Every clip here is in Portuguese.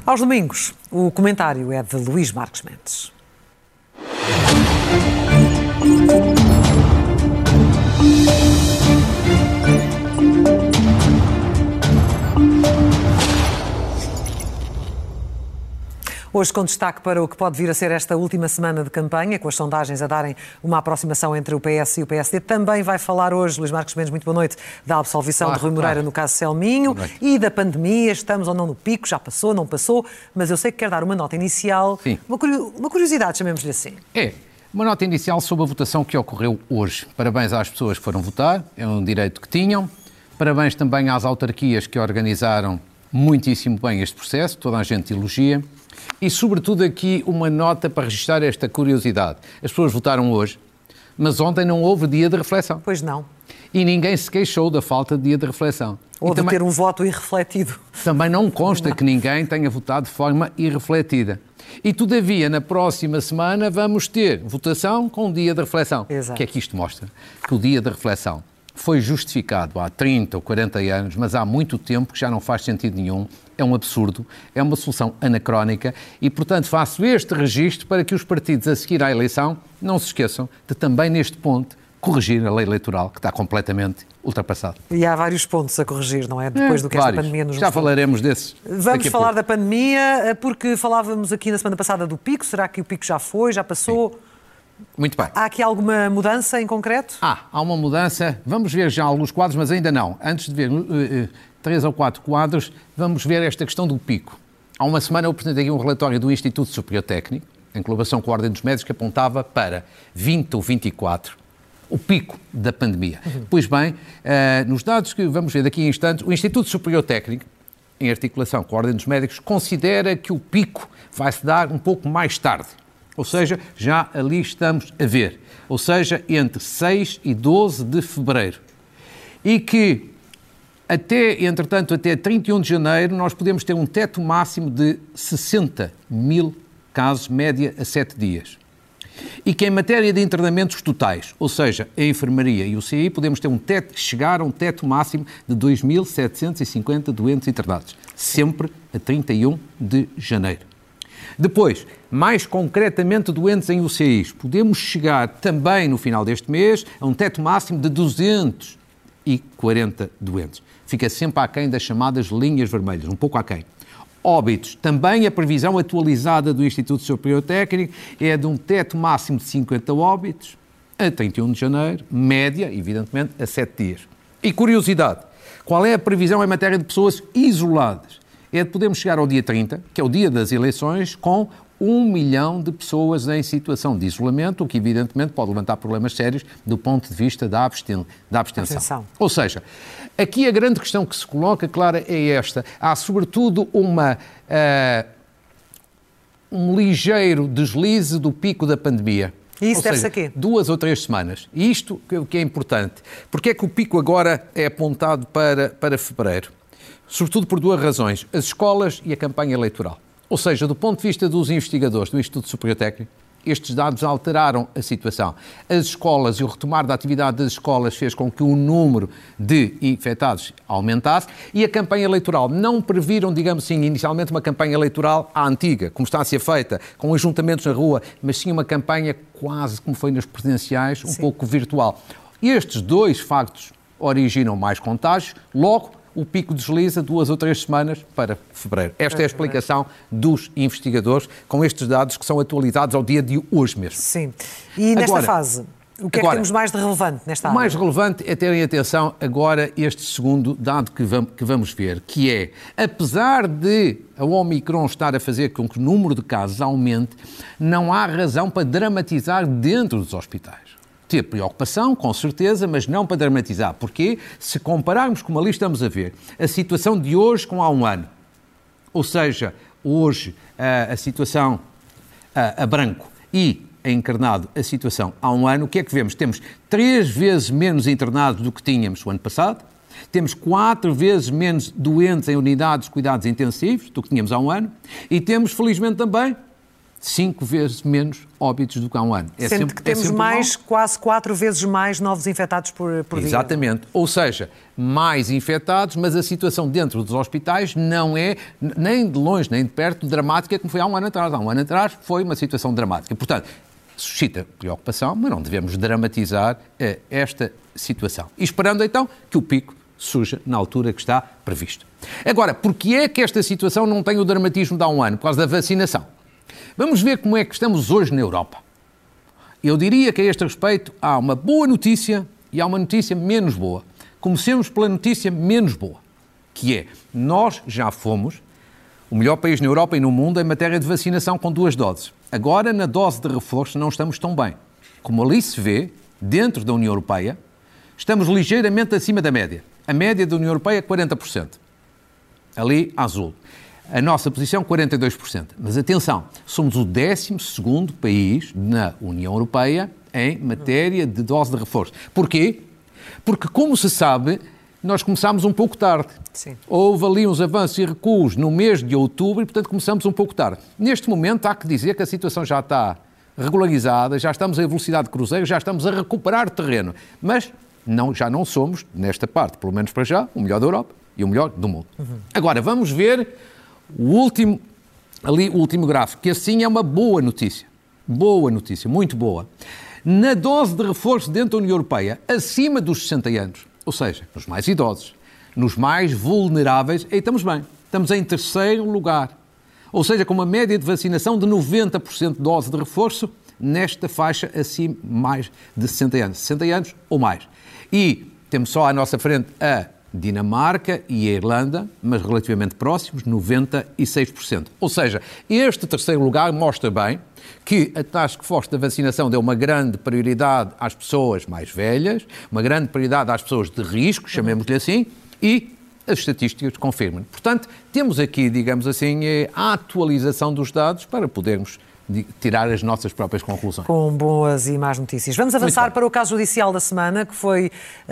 Aos domingos, o comentário é de Luís Marques Mendes. Hoje com destaque para o que pode vir a ser esta última semana de campanha, com as sondagens a darem uma aproximação entre o PS e o PSD. Também vai falar hoje, Luís Marques Mendes, muito boa noite, da absolvição de Rui Moreira no caso Selminho e da pandemia. Estamos ou não no pico, já passou, não passou, mas eu sei que quer dar uma nota inicial, uma curiosidade, chamemos-lhe assim. Uma nota inicial sobre a votação que ocorreu hoje. Parabéns às pessoas que foram votar, é um direito que tinham. Parabéns também às autarquias que organizaram muitíssimo bem este processo, toda a gente elogia. E, sobretudo, aqui uma nota para registrar esta curiosidade. As pessoas votaram hoje, mas ontem não houve dia de reflexão. Pois não. E ninguém se queixou da falta de dia de reflexão. Ou de ter um voto irrefletido. Também não consta que ninguém tenha votado de forma irrefletida. E, todavia, na próxima semana vamos ter votação com o dia de reflexão. Exato. O que é que isto mostra? Que o dia de reflexão foi justificado há 30 ou 40 anos, mas há muito tempo que já não faz sentido nenhum, é um absurdo, é uma solução anacrónica e, portanto, faço este registro para que os partidos a seguir à eleição não se esqueçam de também neste ponto corrigir a lei eleitoral, que está completamente ultrapassada. E há vários pontos a corrigir, não é? Depois do que esta pandemia nos mostrou. Já falaremos desses. Vamos falar da pandemia, porque falávamos aqui na semana passada do pico. Será que o pico já foi, já passou? Sim. Muito bem. Há aqui alguma mudança em concreto? Há uma mudança. Vamos ver já alguns quadros, mas ainda não. Antes de ver 3 ou 4 quadros, vamos ver esta questão do pico. Há uma semana eu apresentei aqui um relatório do Instituto Superior Técnico, em colaboração com a Ordem dos Médicos, que apontava para 20 ou 24 o pico da pandemia. Pois bem, nos dados que vamos ver daqui a instantes, o Instituto Superior Técnico, em articulação com a Ordem dos Médicos, considera que o pico vai se dar um pouco mais tarde. Ou seja, já ali estamos a ver. Ou seja, entre 6 e 12 de fevereiro. E que, entretanto, até 31 de janeiro, nós podemos ter um teto máximo de 60 mil casos, média a 7 dias. E que em matéria de internamentos totais, ou seja, a enfermaria e o CI, podemos ter chegar a um teto máximo de 2.750 doentes internados. Sempre a 31 de janeiro. Depois, mais concretamente, doentes em UCIs. Podemos chegar também no final deste mês a um teto máximo de 240 doentes. Fica sempre aquém das chamadas linhas vermelhas, um pouco aquém. Óbitos. Também a previsão atualizada do Instituto Superior Técnico é de um teto máximo de 50 óbitos a 31 de janeiro, média, evidentemente, a 7 dias. E curiosidade, qual é a previsão em matéria de pessoas isoladas? É de podermos chegar ao dia 30, que é o dia das eleições, com 1 milhão de pessoas em situação de isolamento, o que evidentemente pode levantar problemas sérios do ponto de vista da abstenção. Ou seja, aqui a grande questão que se coloca, Clara, é esta. Há sobretudo um ligeiro deslize do pico da pandemia. E isso deve-se a quê? 2 ou 3 semanas. E isto que é importante. Porque é que o pico agora é apontado para fevereiro? Sobretudo por 2 razões, as escolas e a campanha eleitoral. Ou seja, do ponto de vista dos investigadores do Instituto Superior Técnico, estes dados alteraram a situação. As escolas e o retomar da atividade das escolas fez com que o número de infectados aumentasse e a campanha eleitoral não previram, digamos assim, inicialmente uma campanha eleitoral à antiga, como está a ser feita, com ajuntamentos na rua, mas sim uma campanha quase como foi nas presidenciais, um pouco virtual. Estes 2 factos originam mais contágios, logo o pico desliza 2 ou 3 semanas para fevereiro. Esta é a explicação dos investigadores com estes dados que são atualizados ao dia de hoje mesmo. Sim. E nesta fase, o que é que temos mais de relevante nesta área? O mais relevante é terem atenção agora este segundo dado que vamos ver, que é, apesar de a Omicron estar a fazer com que o número de casos aumente, não há razão para dramatizar dentro dos hospitais. Ter preocupação, com certeza, mas não para dramatizar. Porquê? Se compararmos, como ali estamos a ver, a situação de hoje com há um ano, ou seja, hoje a situação a branco e a encarnado a situação há um ano, o que é que vemos? Temos 3 vezes menos internados do que tínhamos o ano passado, temos 4 vezes menos doentes em unidades de cuidados intensivos do que tínhamos há um ano e temos, felizmente também, 5 vezes menos óbitos do que há um ano. Sendo que temos quase 4 vezes mais novos infectados por dia. Exatamente. Ou seja, mais infectados, mas a situação dentro dos hospitais não é, nem de longe, nem de perto, dramática como foi há um ano atrás. Há um ano atrás foi uma situação dramática. Portanto, suscita preocupação, mas não devemos dramatizar esta situação. E esperando, então, que o pico surja na altura que está previsto. Agora, porquê é que esta situação não tem o dramatismo de há um ano? Por causa da vacinação. Vamos ver como é que estamos hoje na Europa. Eu diria que a este respeito há uma boa notícia e há uma notícia menos boa. Comecemos pela notícia menos boa, que é, nós já fomos o melhor país na Europa e no mundo em matéria de vacinação com 2 doses. Agora, na dose de reforço, não estamos tão bem. Como ali se vê, dentro da União Europeia, estamos ligeiramente acima da média. A média da União Europeia é 40%. Ali, azul. A nossa posição, 42%. Mas atenção, somos o 12º país na União Europeia em matéria de dose de reforço. Porquê? Porque, como se sabe, nós começámos um pouco tarde. Sim. Houve ali uns avanços e recuos no mês de outubro e, portanto, começamos um pouco tarde. Neste momento, há que dizer que a situação já está regularizada, já estamos em velocidade de cruzeiro, já estamos a recuperar terreno. Mas já não somos, nesta parte, pelo menos para já, o melhor da Europa e o melhor do mundo. Agora, vamos ver o último gráfico, que assim é uma boa notícia. Boa notícia, muito boa. Na dose de reforço dentro da União Europeia, acima dos 60 anos, ou seja, nos mais idosos, nos mais vulneráveis, aí estamos bem. Estamos em 3º lugar. Ou seja, com uma média de vacinação de 90% de dose de reforço nesta faixa acima mais de 60 anos. 60 anos ou mais. E temos só à nossa frente a Dinamarca e a Irlanda, mas relativamente próximos, 96%. Ou seja, este 3º lugar mostra bem que a Task Force da vacinação deu uma grande prioridade às pessoas mais velhas, uma grande prioridade às pessoas de risco, chamemos-lhe assim, e as estatísticas confirmam. Portanto, temos aqui, digamos assim, a atualização dos dados para podermos tirar as nossas próprias conclusões. Com boas e más notícias. Vamos avançar para o caso judicial da semana, que foi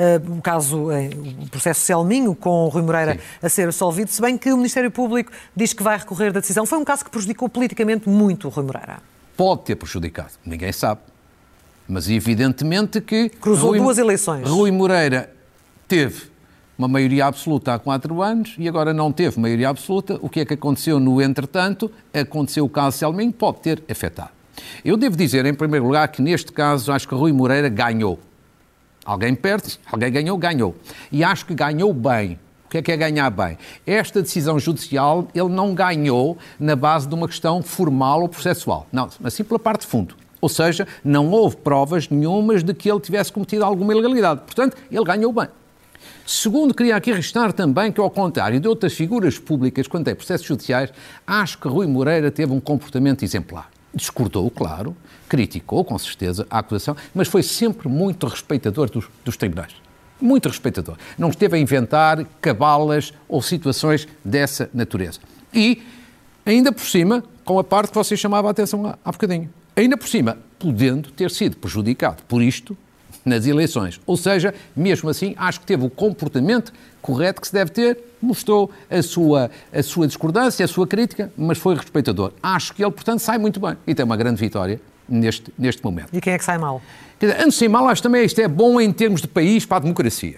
o processo Selminho, com o Rui Moreira a ser absolvido, se bem que o Ministério Público diz que vai recorrer da decisão. Foi um caso que prejudicou politicamente muito o Rui Moreira. Pode ter prejudicado, ninguém sabe. Mas evidentemente que... Cruzou 2 eleições. Rui Moreira teve uma maioria absoluta há 4 anos e agora não teve maioria absoluta. O que é que aconteceu no entretanto? Aconteceu o caso Selminho, pode ter afetado. Eu devo dizer, em primeiro lugar, que neste caso acho que Rui Moreira ganhou. Alguém perde, alguém ganhou, ganhou. E acho que ganhou bem. O que é ganhar bem? Esta decisão judicial ele não ganhou na base de uma questão formal ou processual. Não, mas sim pela parte de fundo. Ou seja, não houve provas nenhumas de que ele tivesse cometido alguma ilegalidade. Portanto, ele ganhou bem. Segundo, queria aqui registrar também que, ao contrário de outras figuras públicas, quando tem processos judiciais, acho que Rui Moreira teve um comportamento exemplar. Discordou, claro, criticou, com certeza, a acusação, mas foi sempre muito respeitador dos tribunais. Muito respeitador. Não esteve a inventar cabalas ou situações dessa natureza. E, ainda por cima, com a parte que você chamava a atenção há bocadinho, ainda por cima, podendo ter sido prejudicado por isto nas eleições. Ou seja, mesmo assim, acho que teve o comportamento correto que se deve ter, mostrou a sua discordância, a sua crítica, mas foi respeitador. Acho que ele, portanto, sai muito bem e tem uma grande vitória neste momento. E quem é que sai mal? Quer dizer, antes de sair mal, acho também isto é bom em termos de país para a democracia.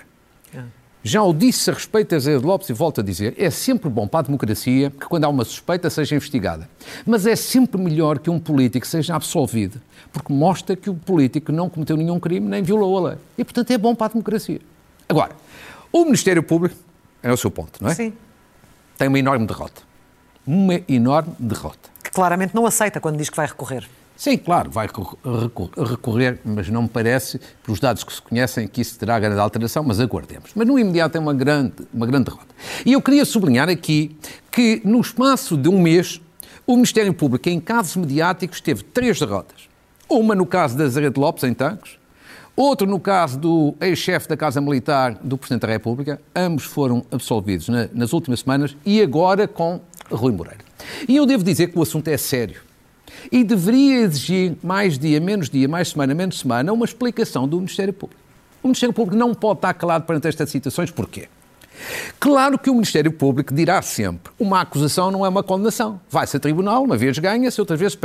Já o disse a respeito de Azevedo Lopes e volto a dizer, é sempre bom para a democracia que quando há uma suspeita seja investigada. Mas é sempre melhor que um político seja absolvido, porque mostra que o político não cometeu nenhum crime nem violou a lei. E, portanto, é bom para a democracia. Agora, o Ministério Público, é o seu ponto, não é? Sim. Tem uma enorme derrota. Uma enorme derrota. Que claramente não aceita quando diz que vai recorrer. Sim, claro, vai recorrer, mas não me parece, pelos dados que se conhecem, que isso terá grande alteração, mas aguardemos. Mas no imediato é uma grande derrota. E eu queria sublinhar aqui que, no espaço de um mês, o Ministério Público, em casos mediáticos, teve 3 derrotas. Uma no caso de Azevedo Lopes, em Tancos, outro no caso do ex-chefe da Casa Militar do Presidente da República, ambos foram absolvidos nas últimas semanas, e agora com Rui Moreira. E eu devo dizer que o assunto é sério. E deveria exigir mais dia, menos dia, mais semana, menos semana, uma explicação do Ministério Público. O Ministério Público não pode estar calado perante estas situações. Porquê? Claro que o Ministério Público dirá sempre uma acusação não é uma condenação. Vai-se a tribunal, uma vez ganha-se, outra vez perde-se.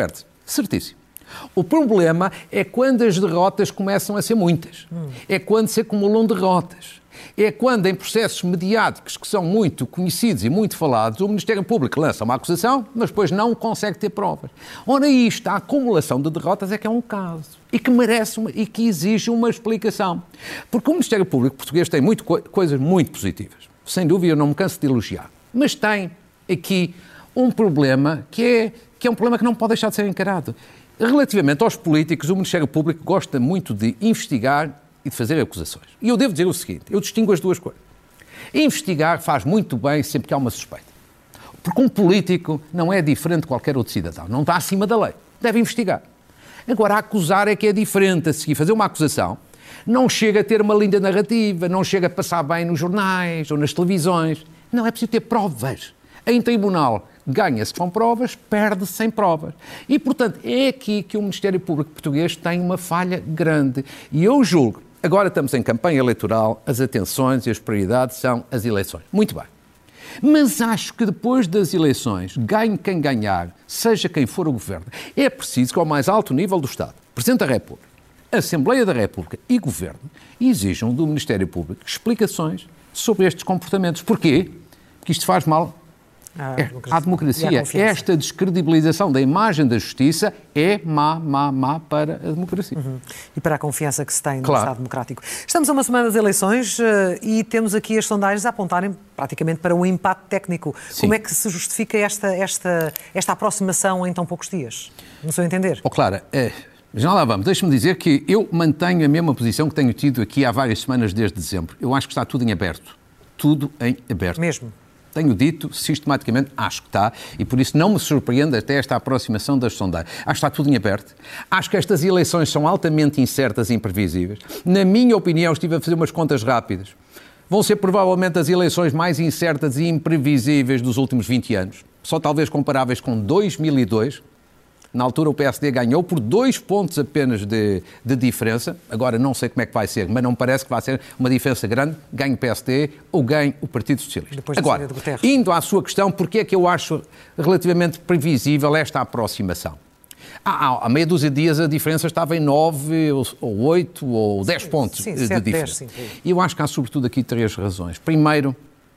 Certíssimo. O problema é quando as derrotas começam a ser muitas. É quando se acumulam derrotas. É quando, em processos mediáticos que são muito conhecidos e muito falados, o Ministério Público lança uma acusação, mas depois não consegue ter provas. Ora, isto, a acumulação de derrotas é que é um caso e que merece e que exige uma explicação. Porque o Ministério Público português tem coisas muito positivas. Sem dúvida, eu não me canso de elogiar. Mas tem aqui um problema que é um problema que não pode deixar de ser encarado. Relativamente aos políticos, o Ministério Público gosta muito de investigar e de fazer acusações. E eu devo dizer o seguinte, eu distingo as duas coisas. Investigar faz muito bem sempre que há uma suspeita. Porque um político não é diferente de qualquer outro cidadão, não está acima da lei, deve investigar. Agora, acusar é que é diferente, a seguir fazer uma acusação, não chega a ter uma linda narrativa, não chega a passar bem nos jornais ou nas televisões, não, é preciso ter provas. Em tribunal, ganha-se com provas, perde-se sem provas. E, portanto, é aqui que o Ministério Público Português tem uma falha grande. E eu julgo, agora estamos em campanha eleitoral, as atenções e as prioridades são as eleições. Muito bem. Mas acho que depois das eleições, ganhe quem ganhar, seja quem for o governo, é preciso que ao mais alto nível do Estado, Presidente da República, Assembleia da República e Governo, exijam do Ministério Público explicações sobre estes comportamentos. Porquê? Porque isto faz mal à democracia. Esta descredibilização da imagem da justiça é má para a democracia. E para a confiança que se tem no Estado democrático. Estamos a uma semana das eleições e temos aqui as sondagens a apontarem praticamente para um empate técnico. Sim. Como é que se justifica esta aproximação em tão poucos dias? No seu entender? Clara, já lá vamos. Deixe-me dizer que eu mantenho a mesma posição que tenho tido aqui há várias semanas desde dezembro. Eu acho que está tudo em aberto. Tudo em aberto. Mesmo? Tenho dito, sistematicamente, acho que está, e por isso não me surpreende até esta aproximação das sondagens. Acho que está tudo em aberto. Acho que estas eleições são altamente incertas e imprevisíveis. Na minha opinião, estive a fazer umas contas rápidas. Vão ser provavelmente as eleições mais incertas e imprevisíveis dos últimos 20 anos. Só talvez comparáveis com 2002. Na altura o PSD ganhou por 2 pontos apenas de diferença. Agora não sei como é que vai ser, mas não me parece que vai ser uma diferença grande. Ganhe o PSD ou ganhe o Partido Socialista. Agora, indo à sua questão, porque é que eu acho relativamente previsível esta aproximação? Há meia dúzia de dias a diferença estava em 9 ou 8 ou 10 pontos de diferença. E eu acho que há sobretudo aqui 3 razões. Primeiro,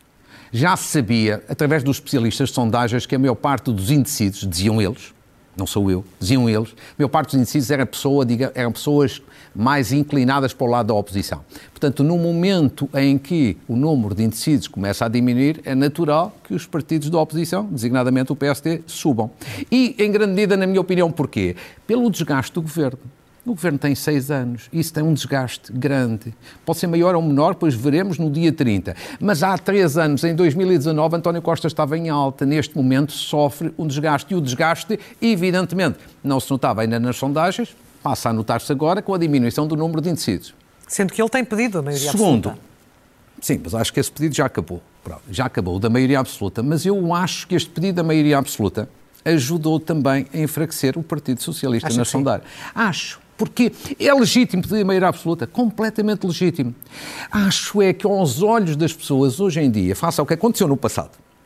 já se sabia, através dos especialistas de sondagens, que a maior parte dos indecisos, diziam eles, não sou eu, diziam eles, a maior parte dos indecisos eram pessoas mais inclinadas para o lado da oposição. Portanto, no momento em que o número de indecisos começa a diminuir, é natural que os partidos da oposição, designadamente o PSD, subam. E, em grande medida, na minha opinião, porquê? Pelo desgaste do governo. O governo tem 6 anos, isso tem um desgaste grande. Pode ser maior ou menor, pois veremos no dia 30. Mas há 3 anos, em 2019, António Costa estava em alta. Neste momento sofre um desgaste. E o desgaste, evidentemente, não se notava ainda nas sondagens, passa a notar-se agora com a diminuição do número de indecisos. Sendo que ele tem pedido a maioria absoluta. Sim, mas acho que esse pedido já acabou. Já acabou, da maioria absoluta. Mas eu acho que este pedido da maioria absoluta ajudou também a enfraquecer o Partido Socialista na sondagem. Acho. Porque é legítimo pedir a maioria absoluta, completamente legítimo. Acho que aos olhos das pessoas hoje em dia, face ao que aconteceu no passado,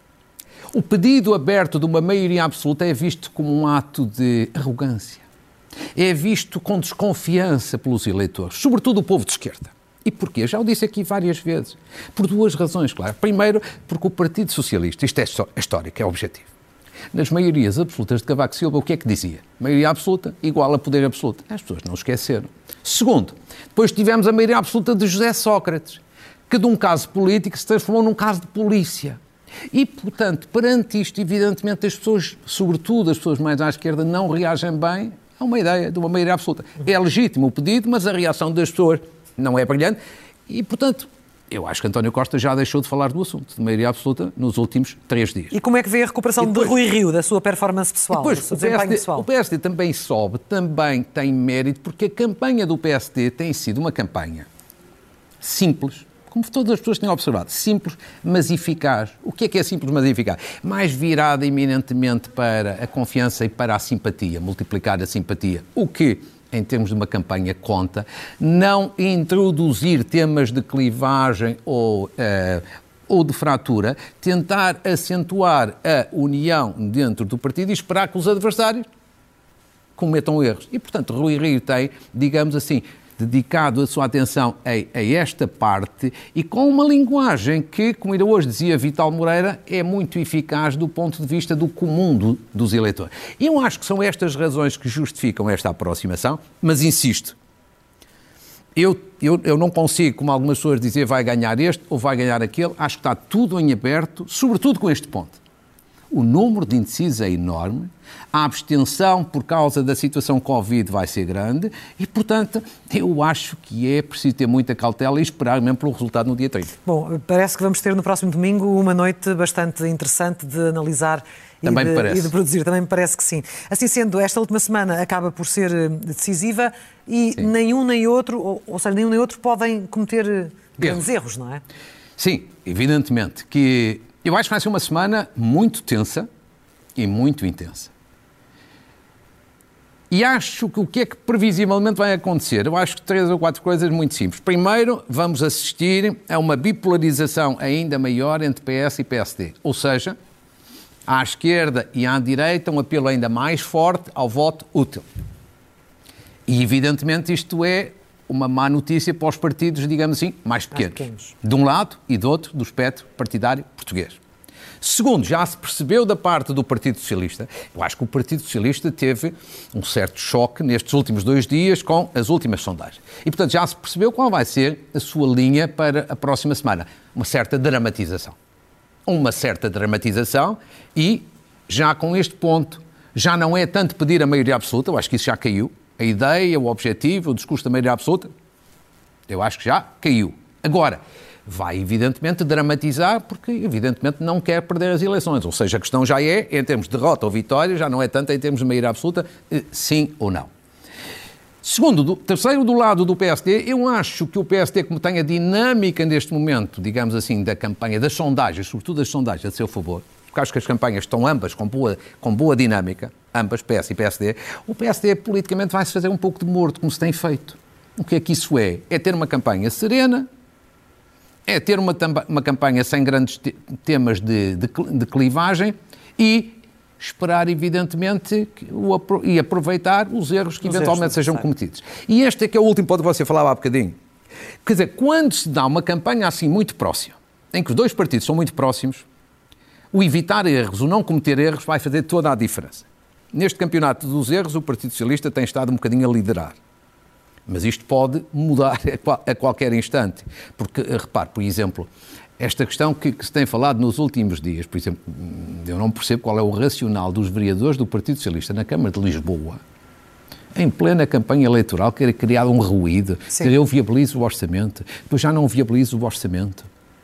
o pedido aberto de uma maioria absoluta é visto como um ato de arrogância. É visto com desconfiança pelos eleitores, sobretudo o povo de esquerda. E porquê? Já o disse aqui várias vezes. Por 2 razões, claro. Primeiro, porque o Partido Socialista, isto é histórico, é objetivo. Nas maiorias absolutas de Cavaco Silva, o que é que dizia? Maioria absoluta igual a poder absoluto. As pessoas não esqueceram. Segundo, depois tivemos a maioria absoluta de José Sócrates, que de um caso político se transformou num caso de polícia. E, portanto, perante isto, evidentemente, as pessoas, sobretudo as pessoas mais à esquerda, não reagem bem a uma ideia de uma maioria absoluta. É legítimo o pedido, mas a reação das pessoas não é brilhante. E, portanto, eu acho que António Costa já deixou de falar do assunto de maioria absoluta nos últimos 3 dias. E como é que vê a recuperação de Rui Rio, da sua performance pessoal, do seu desempenho pessoal? O PSD também sobe, também tem mérito, porque a campanha do PSD tem sido uma campanha simples, como todas as pessoas têm observado, simples, mas eficaz. O que é simples, mas eficaz? Mais virada eminentemente para a confiança e para a simpatia, multiplicar a simpatia. O que, em termos de uma campanha, conta, não introduzir temas de clivagem ou de fratura, tentar acentuar a união dentro do partido e esperar que os adversários cometam erros. E, portanto, Rui Rio tem, digamos assim, dedicado a sua atenção a esta parte e com uma linguagem que, como ainda hoje dizia Vital Moreira, é muito eficaz do ponto de vista do comum dos eleitores. E eu acho que são estas razões que justificam esta aproximação, mas insisto, eu não consigo, como algumas pessoas dizer, vai ganhar este ou vai ganhar aquele, acho que está tudo em aberto, sobretudo com este ponto. O número de indecisos é enorme, a abstenção por causa da situação Covid vai ser grande e, portanto, eu acho que é preciso ter muita cautela e esperar mesmo pelo resultado no dia 30. Bom, parece que vamos ter no próximo domingo uma noite bastante interessante de analisar e de produzir. Também me parece que sim. Assim sendo, esta última semana acaba por ser decisiva e sim, nenhum nem outro, ou seja, nenhum nem outro podem cometer grandes erros, não é? Sim, evidentemente que eu acho que vai ser uma semana muito tensa e muito intensa. E acho que o que é que previsivelmente vai acontecer? Eu acho que 3 ou 4 coisas muito simples. Primeiro, vamos assistir a uma bipolarização ainda maior entre PS e PSD. Ou seja, à esquerda e à direita um apelo ainda mais forte ao voto útil. E evidentemente isto é uma má notícia para os partidos, digamos assim, mais pequenos. De um lado e do outro, do espectro partidário português. Segundo, já se percebeu da parte do Partido Socialista, eu acho que o Partido Socialista teve um certo choque nestes últimos 2 dias com as últimas sondagens. E, portanto, já se percebeu qual vai ser a sua linha para a próxima semana. Uma certa dramatização. E, já com este ponto, já não é tanto pedir a maioria absoluta, eu acho que isso já caiu. A ideia, o objetivo, o discurso da maioria absoluta, eu acho que já caiu. Agora, vai evidentemente dramatizar porque evidentemente não quer perder as eleições. Ou seja, a questão já é, em termos de derrota ou vitória, já não é tanto em termos de maioria absoluta, sim ou não. Terceiro, do lado do PSD, eu acho que o PSD, como tem a dinâmica neste momento, digamos assim, da campanha, das sondagens, sobretudo das sondagens a seu favor, porque acho que as campanhas estão ambas com boa dinâmica, ambas, PS e PSD, o PSD politicamente vai-se fazer um pouco de morto, como se tem feito. O que é que isso é? É ter uma campanha serena, é ter uma campanha sem grandes temas de clivagem e esperar, evidentemente, e aproveitar os erros que eventualmente sejam cometidos. E este é que é o último ponto que você falava há bocadinho. Quer dizer, quando se dá uma campanha assim muito próxima, em que os dois partidos são muito próximos, o evitar erros, o não cometer erros, vai fazer toda a diferença. Neste campeonato dos erros, o Partido Socialista tem estado um bocadinho a liderar. Mas isto pode mudar a qualquer instante. Porque, repare, por exemplo, esta questão que se tem falado nos últimos dias, por exemplo, eu não percebo qual é o racional dos vereadores do Partido Socialista na Câmara de Lisboa, em plena campanha eleitoral, querer criar um ruído, que eu viabilizo o orçamento, depois já não viabilizo o orçamento.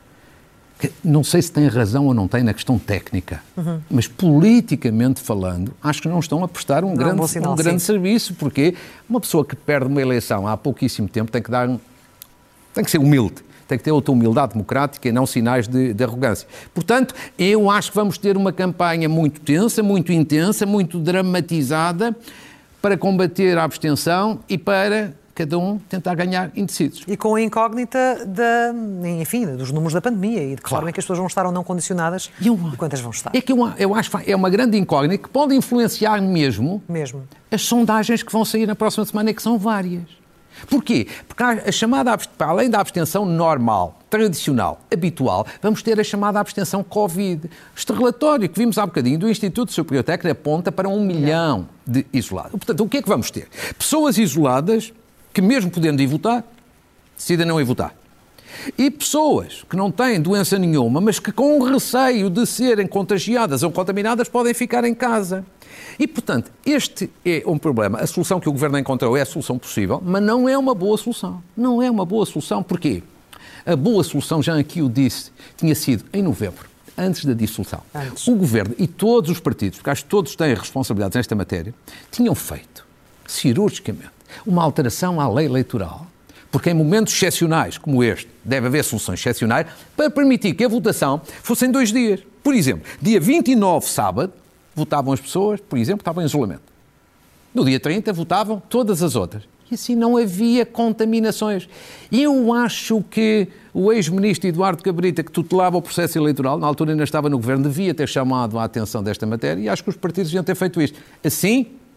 Não sei se tem razão ou não tem na questão técnica, mas politicamente falando, acho que não estão a prestar um grande serviço, porque uma pessoa que perde uma eleição há pouquíssimo tempo tem que ser humilde, tem que ter outra humildade democrática e não sinais de arrogância. Portanto, eu acho que vamos ter uma campanha muito tensa, muito intensa, muito dramatizada para combater a abstenção e para cada um tentar ganhar indecisos. E com a incógnita dos números da pandemia e de que forma é que as pessoas vão estar ou não condicionadas e quantas vão estar. É que eu acho que é uma grande incógnita que pode influenciar mesmo as sondagens que vão sair na próxima semana e que são várias. Porquê? Porque a chamada, além da abstenção normal, tradicional, habitual, vamos ter a chamada abstenção Covid. Este relatório que vimos há bocadinho do Instituto Superior Técnico aponta para 1 milhão de isolados. Portanto, o que é que vamos ter? Pessoas isoladas que mesmo podendo ir votar, decidem não ir votar. E pessoas que não têm doença nenhuma, mas que com o receio de serem contagiadas ou contaminadas podem ficar em casa. E, portanto, este é um problema. A solução que o Governo encontrou é a solução possível, mas não é uma boa solução. Não é uma boa solução. Porquê? A boa solução, já aqui o disse, tinha sido em novembro, antes da dissolução. O Governo e todos os partidos, porque acho que todos têm responsabilidades nesta matéria, tinham feito, cirurgicamente, uma alteração à lei eleitoral, porque em momentos excepcionais como este, deve haver soluções excepcionais, para permitir que a votação fosse em 2 dias. Por exemplo, dia 29, sábado, votavam as pessoas, por exemplo, que estavam em isolamento. No dia 30, votavam todas as outras. E assim não havia contaminações. Eu acho que o ex-ministro Eduardo Cabrita, que tutelava o processo eleitoral, na altura ainda estava no Governo, devia ter chamado a atenção desta matéria e acho que os partidos deviam ter feito isto. Assim,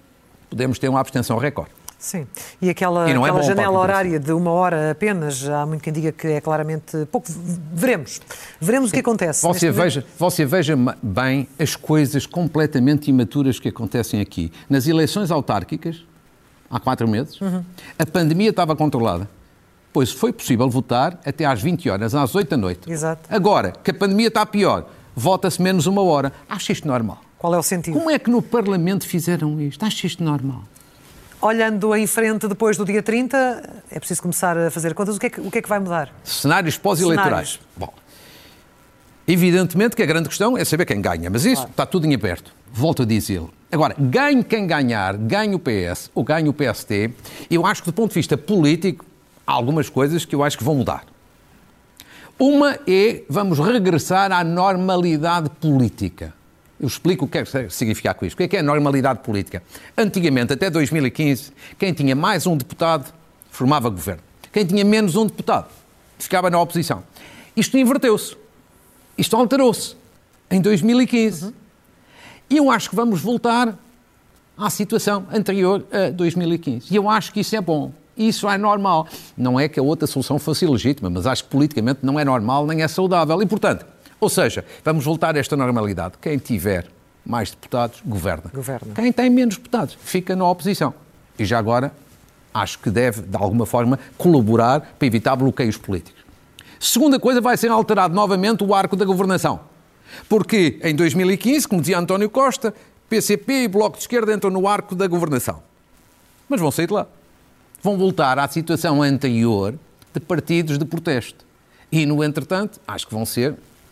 podemos ter uma abstenção recorde. Sim, e aquela janela horária de 1 hora apenas, há muito quem diga que é claramente pouco. Veremos o que acontece. Você veja bem as coisas completamente imaturas que acontecem aqui. Nas eleições autárquicas, há 4 meses, a pandemia estava controlada, pois foi possível votar até às 20 horas, às 8 da noite. Exato. Agora, que a pandemia está pior, vota-se menos 1 hora. Acho isto normal. Qual é o sentido? Como é que no Parlamento fizeram isto? Acho isto normal. Olhando em frente depois do dia 30, é preciso começar a fazer contas. O que é que vai mudar? Cenários pós-eleitorais. Bom, evidentemente que a grande questão é saber quem ganha, mas isso está tudo em aberto. Volto a dizê-lo. Agora, ganhe quem ganhar, ganhe o PS ou ganhe o PST, eu acho que do ponto de vista político há algumas coisas que eu acho que vão mudar. Uma é, vamos regressar à normalidade política. Eu explico o que é que significa com isto. O que é a normalidade política? Antigamente, até 2015, quem tinha mais um deputado formava governo. Quem tinha menos um deputado ficava na oposição. Isto inverteu-se. Isto alterou-se em 2015. E eu acho que vamos voltar à situação anterior a 2015. E eu acho que isso é bom. Isso é normal. Não é que a outra solução fosse ilegítima, mas acho que politicamente não é normal nem é saudável. E, portanto, ou seja, vamos voltar a esta normalidade. Quem tiver mais deputados, governa. Quem tem menos deputados, fica na oposição. E já agora, acho que deve, de alguma forma, colaborar para evitar bloqueios políticos. Segunda coisa, vai ser alterado novamente o arco da governação. Porque em 2015, como dizia António Costa, PCP e Bloco de Esquerda entram no arco da governação. Mas vão sair de lá. Vão voltar à situação anterior de partidos de protesto. E, no entretanto, acho que vão ser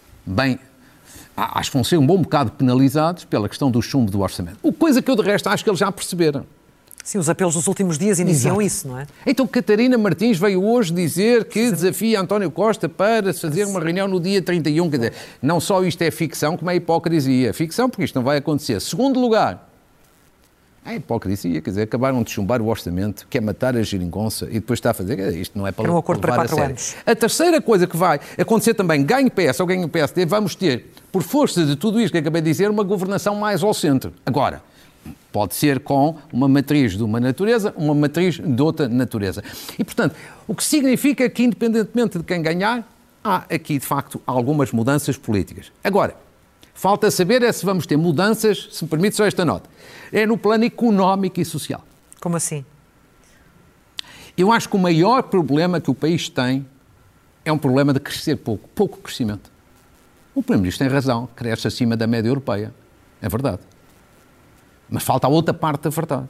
um bom bocado penalizados pela questão do chumbo do orçamento. Coisa que eu, de resto, acho que eles já perceberam. Sim, os apelos dos últimos dias iniciam isso, não é? Então, Catarina Martins veio hoje dizer que desafia António Costa para fazer uma reunião no dia 31. Quer dizer, não só isto é ficção, como é hipocrisia. Ficção porque isto não vai acontecer. Segundo lugar, é hipocrisia, quer dizer, acabaram de chumbar o orçamento, quer matar a geringonça e depois está a fazer, isto não é para um acordo para 4 anos. A terceira coisa que vai acontecer também, ganhe PS ou ganhe o PSD, vamos ter, por força de tudo isto que acabei de dizer, uma governação mais ao centro. Agora, pode ser com uma matriz de uma natureza, uma matriz de outra natureza. E, portanto, o que significa que, independentemente de quem ganhar, há aqui, de facto, algumas mudanças políticas. Agora, falta saber se vamos ter mudanças, se me permite só esta nota, é no plano económico e social. Como assim? Eu acho que o maior problema que o país tem é um problema de crescer pouco crescimento. O Primeiro-Ministro tem razão, cresce acima da média europeia, é verdade. Mas falta a outra parte da verdade.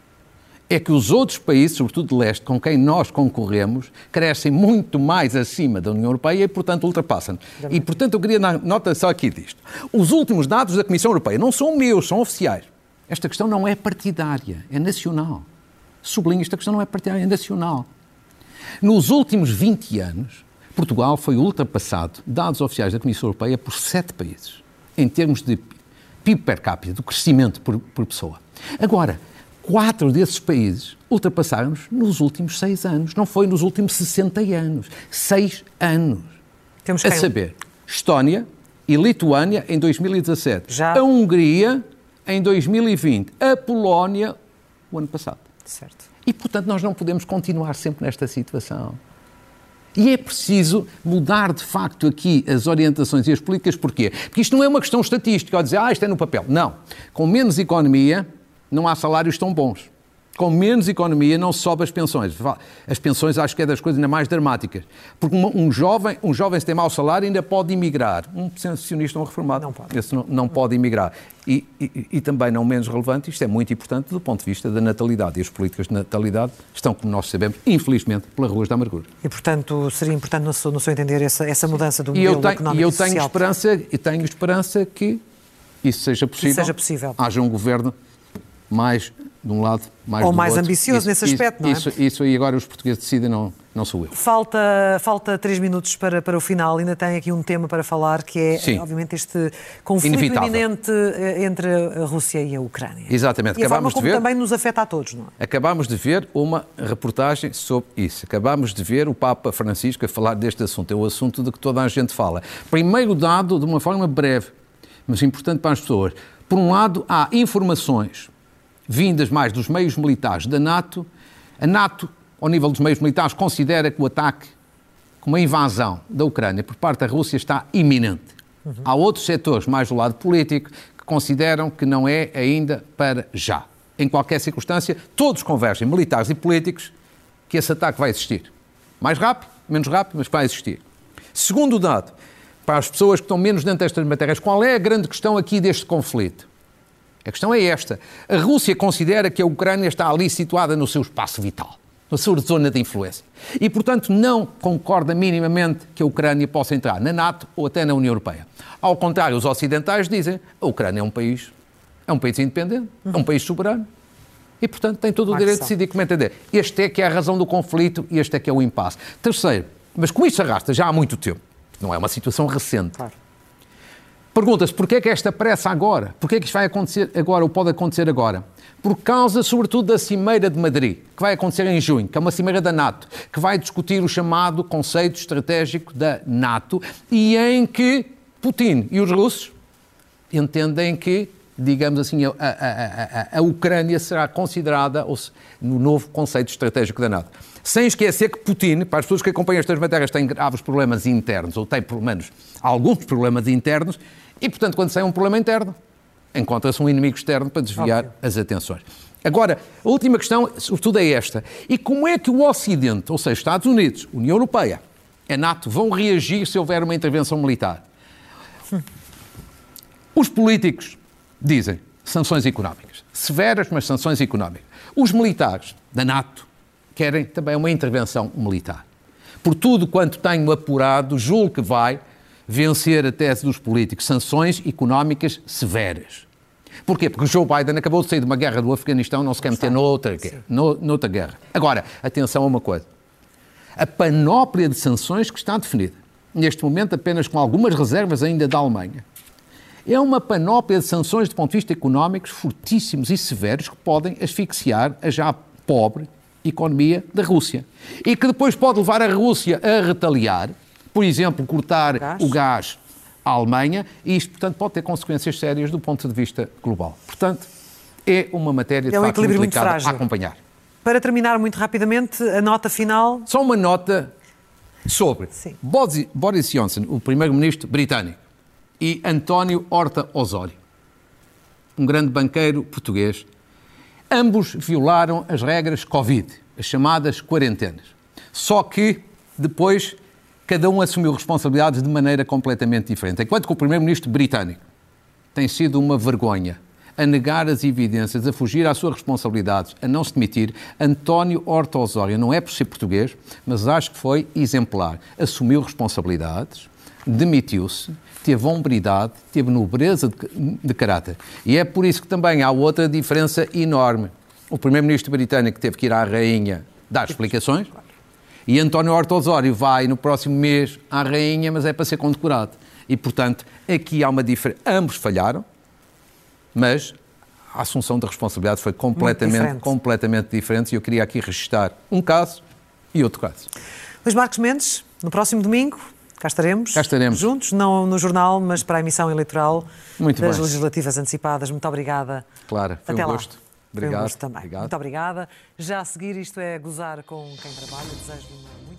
É que os outros países, sobretudo de leste, com quem nós concorremos, crescem muito mais acima da União Europeia e, portanto, ultrapassam-nos. E, portanto, eu queria dar nota só aqui disto. Os últimos dados da Comissão Europeia não são meus, são oficiais. Esta questão não é partidária, é nacional. Sublinho, esta questão não é partidária, é nacional. Nos últimos 20 anos, Portugal foi ultrapassado, dados oficiais da Comissão Europeia, por 7 países, em termos de PIB per capita, do crescimento por pessoa. Agora, 4 desses países ultrapassaram-nos nos últimos 6 anos. Não foi nos últimos 60 anos. 6 anos. Temos a saber, Estónia e Lituânia em 2017. Já. A Hungria em 2020. A Polónia o ano passado. Certo. E, portanto, nós não podemos continuar sempre nesta situação. E é preciso mudar, de facto, aqui as orientações e as políticas. Porquê? Porque isto não é uma questão estatística, ou dizer, isto é no papel. Não. Com menos economia, não há salários tão bons. Com menos economia, não se sobe as pensões. As pensões acho que é das coisas ainda mais dramáticas. Porque um jovem se tem mau salário, ainda pode emigrar. Um pensionista ou um reformado, não pode. Esse não pode emigrar. E também, não menos relevante, isto é muito importante do ponto de vista da natalidade. E as políticas de natalidade estão, como nós sabemos, infelizmente, pelas ruas da amargura. E, portanto, seria importante, no seu entender, essa mudança do modelo económico e social. E tenho esperança que isso seja possível. Haja um governo mais de um lado, mais ou do mais outro. Ambicioso nesse aspecto, não é? Isso aí agora os portugueses decidem, não sou eu. Falta 3 minutos para o final. Ainda tem aqui um tema para falar, que é, obviamente, este conflito iminente entre a Rússia e a Ucrânia. Exatamente. E a forma como também nos afeta a todos, não é? Acabámos de ver uma reportagem sobre isso. Acabámos de ver o Papa Francisco a falar deste assunto. É o assunto de que toda a gente fala. Primeiro dado, de uma forma breve, mas importante para as pessoas. Por um lado, há informações vindas mais dos meios militares da NATO, a NATO, ao nível dos meios militares, considera que o ataque, como a invasão da Ucrânia por parte da Rússia, está iminente. Há outros setores, mais do lado político, que consideram que não é ainda para já. Em qualquer circunstância, todos convergem, militares e políticos, que esse ataque vai existir. Mais rápido, menos rápido, mas vai existir. Segundo dado, para as pessoas que estão menos dentro destas matérias, qual é a grande questão aqui deste conflito? A questão é esta. A Rússia considera que a Ucrânia está ali situada no seu espaço vital, na sua zona de influência. E, portanto, não concorda minimamente que a Ucrânia possa entrar na NATO ou até na União Europeia. Ao contrário, os ocidentais dizem que a Ucrânia é um país independente, é um país soberano e, portanto, tem todo o direito de decidir como entender. Este é que é a razão do conflito e este é que é o impasse. Terceiro, mas como isto se arrasta já há muito tempo, não é uma situação recente. Claro. Pergunta-se porquê é que esta pressa agora? Porquê é que isto vai acontecer agora ou pode acontecer agora? Por causa, sobretudo, da Cimeira de Madrid, que vai acontecer em junho, que é uma cimeira da NATO, que vai discutir o chamado conceito estratégico da NATO e em que Putin e os russos entendem que, digamos assim, a Ucrânia será considerada no novo conceito estratégico da NATO. Sem esquecer que Putin, para as pessoas que acompanham estas matérias, tem graves problemas internos, ou tem, pelo menos, alguns problemas internos, e, portanto, quando sai um problema interno, encontra-se um inimigo externo para desviar as atenções. Agora, a última questão, sobretudo, é esta. E como é que o Ocidente, ou seja, Estados Unidos, União Europeia, a NATO, vão reagir se houver uma intervenção militar? Os políticos dizem sanções económicas. Severas, mas sanções económicas. Os militares da NATO querem também uma intervenção militar. Por tudo quanto tenho apurado, julgo que vai vencer a tese dos políticos, sanções económicas severas. Porquê? Porque o Joe Biden acabou de sair de uma guerra do Afeganistão, não se quer meter noutra guerra. Agora, atenção a uma coisa. A panóplia de sanções que está definida, neste momento apenas com algumas reservas ainda da Alemanha, é uma panóplia de sanções do ponto de vista económicos fortíssimos e severos que podem asfixiar a já pobre economia da Rússia. E que depois pode levar a Rússia a retaliar, por exemplo, cortar o gás à Alemanha, e isto, portanto, pode ter consequências sérias do ponto de vista global. Portanto, é uma matéria de facto complicada a acompanhar. Para terminar muito rapidamente, a nota final... Só uma nota sobre Boris Johnson, o primeiro-ministro britânico, e António Horta Osório, um grande banqueiro português. Ambos violaram as regras Covid, as chamadas quarentenas. Só que, depois, cada um assumiu responsabilidades de maneira completamente diferente. Enquanto que o primeiro-ministro britânico tem sido uma vergonha a negar as evidências, a fugir às suas responsabilidades, a não se demitir, António Horta Osório não é por ser português, mas acho que foi exemplar. Assumiu responsabilidades, demitiu-se, teve hombridade, teve nobreza de caráter. E é por isso que também há outra diferença enorme. O primeiro-ministro britânico teve que ir à rainha dar explicações e António Horta Osório vai no próximo mês à rainha, mas é para ser condecorado. E, portanto, aqui há uma diferença. Ambos falharam, mas a assunção da responsabilidade foi completamente diferente e eu queria aqui registrar um caso e outro caso. Luís Marcos Mendes, no próximo domingo, cá estaremos juntos, não no jornal, mas para a emissão eleitoral das legislativas antecipadas. Muito obrigada. Claro, foi um gosto. Obrigado. Foi um gosto também. Obrigado. Muito obrigada. Já a seguir, isto é Gozar com quem trabalha. Desejo-lhe uma